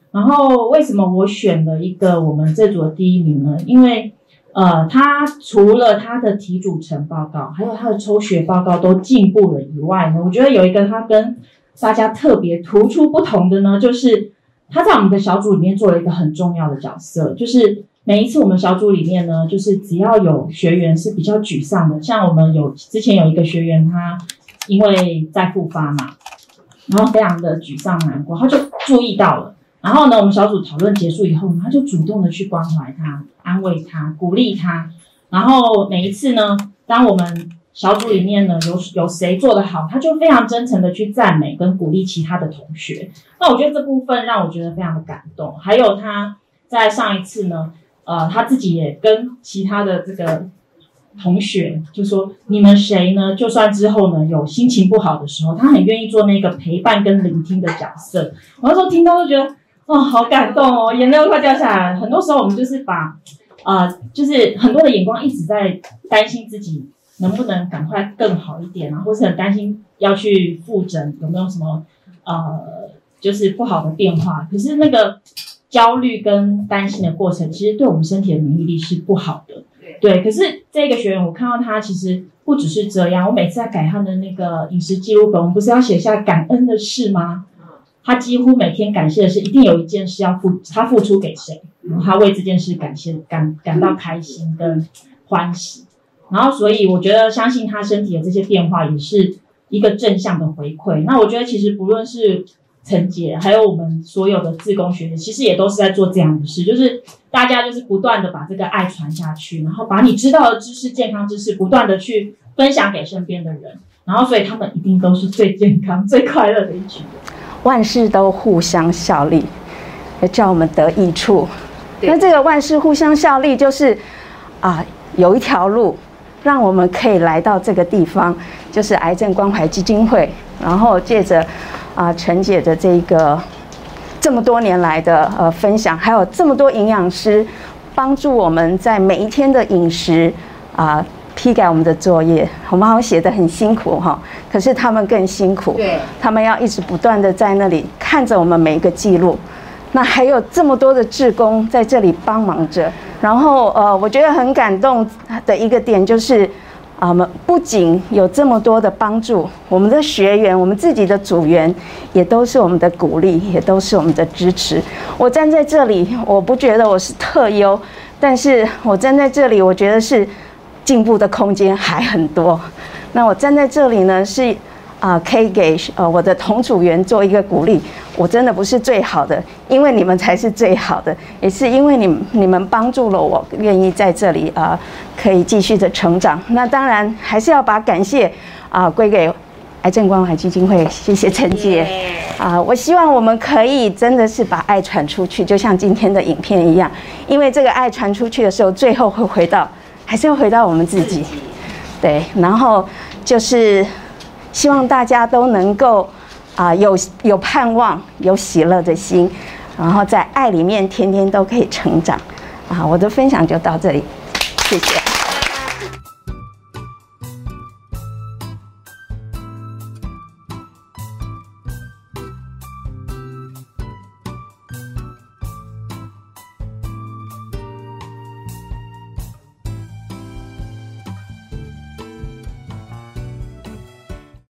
然后为什么我选了一个我们这组的第1名呢？因为他除了他的体组成报告，还有他的抽血报告都进步了以外呢，我觉得有一个他跟大家特别突出不同的呢，就是他在我们的小组里面做了一个很重要的角色，就是每一次我们小组里面呢，就是只要有学员是比较沮丧的，像我们之前有一个学员，他因为再复发嘛，然后非常的沮丧难过，他就注意到了。然后呢，我们小组讨论结束以后呢，他就主动的去关怀他、安慰他、鼓励他。然后每一次呢，当我们小组里面呢有谁做得好，他就非常真诚的去赞美跟鼓励其他的同学。那我觉得这部分让我觉得非常的感动。还有他在上一次呢，他自己也跟其他的这个同学就说，你们谁呢？就算之后呢有心情不好的时候，他很愿意做那个陪伴跟聆听的角色。我那时候听到就觉得，好感动哦，眼泪都快掉下来了。很多时候我们就是就是很多的眼光一直在担心自己能不能赶快更好一点啊，或是很担心要去复诊有没有什么就是不好的变化。可是那个焦虑跟担心的过程，其实对我们身体的免疫力是不好的。对，可是这个学员我看到他其实不只是这样，我每次在改他的那个饮食记录本，我们不是要写下感恩的事吗？他几乎每天感谢的是一定有一件事他付出给谁，然后他为这件事感到开心跟欢喜。然后所以我觉得相信他身体的这些变化也是一个正向的回馈。那我觉得其实不论是陈姐还有我们所有的志工学姐，其实也都是在做这样的事，就是大家就是不断的把这个爱传下去，然后把你知道的知识、健康知识不断的去分享给身边的人，然后所以他们一定都是最健康最快乐的一群人。 万事都互相效力，叫我们得益处。那这个万事互相效力就是有一条路让我们可以来到这个地方，就是癌症关怀基金会。然后借着陈姐的这么多年来的分享，还有这么多营养师帮助我们在每一天的饮食批改我们的作业，我们好像写得很辛苦哈，可是他们更辛苦， 对， 他们要一直不断的在那里看着我们每一个记录，那还有这么多的志工在这里帮忙着。然后我觉得很感动的一个点就是我们不仅有这么多的帮助，我们的学员、我们自己的组员也都是我们的鼓励，也都是我们的支持。我站在这里，我不觉得我是特优，但是我站在这里，我觉得是进步的空间还很多。那我站在这里呢，是可以给我的同组员做一个鼓励。我真的不是最好的，因为你们才是最好的，也是因为你们帮助了我，愿意在这里可以继续的成长。那当然还是要把感谢归给癌症关怀基金会，谢谢陈姐我希望我们可以真的是把爱传出去，就像今天的影片一样，因为这个爱传出去的时候，最后会还是会回到我们自己。对，然后就是希望大家都能够有盼望，有喜乐的心，然后在爱里面天天都可以成长我的分享就到这里，谢谢。